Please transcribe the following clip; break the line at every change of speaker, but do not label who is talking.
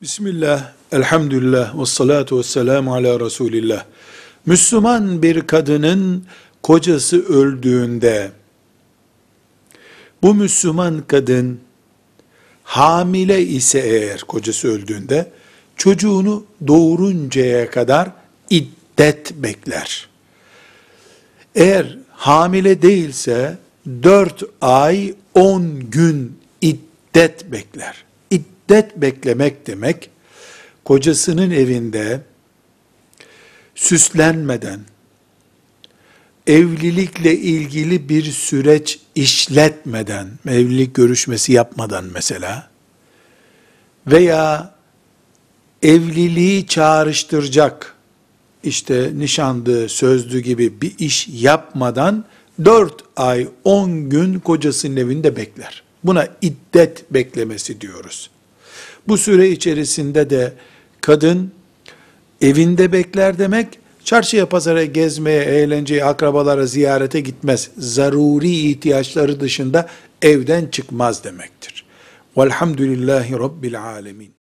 Bismillah, elhamdülillah, ve salatu ve selamu ala Resulillah. Müslüman bir kadının kocası öldüğünde, bu Müslüman kadın hamile ise eğer kocası öldüğünde, çocuğunu doğuruncaya kadar iddet bekler. Eğer hamile değilse 4 ay 10 gün iddet bekler. İddet beklemek demek, kocasının evinde süslenmeden, evlilikle ilgili bir süreç işletmeden, evlilik görüşmesi yapmadan mesela, veya evliliği çağrıştıracak, işte nişanlı, sözlü gibi bir iş yapmadan 4 ay 10 gün kocasının evinde bekler. Buna iddet beklemesi diyoruz. Bu süre içerisinde de kadın evinde bekler demek, çarşıya pazara gezmeye, eğlenceye, akrabalara ziyarete gitmez. Zaruri ihtiyaçları dışında evden çıkmaz demektir. Velhamdülillahi Rabbil alemin.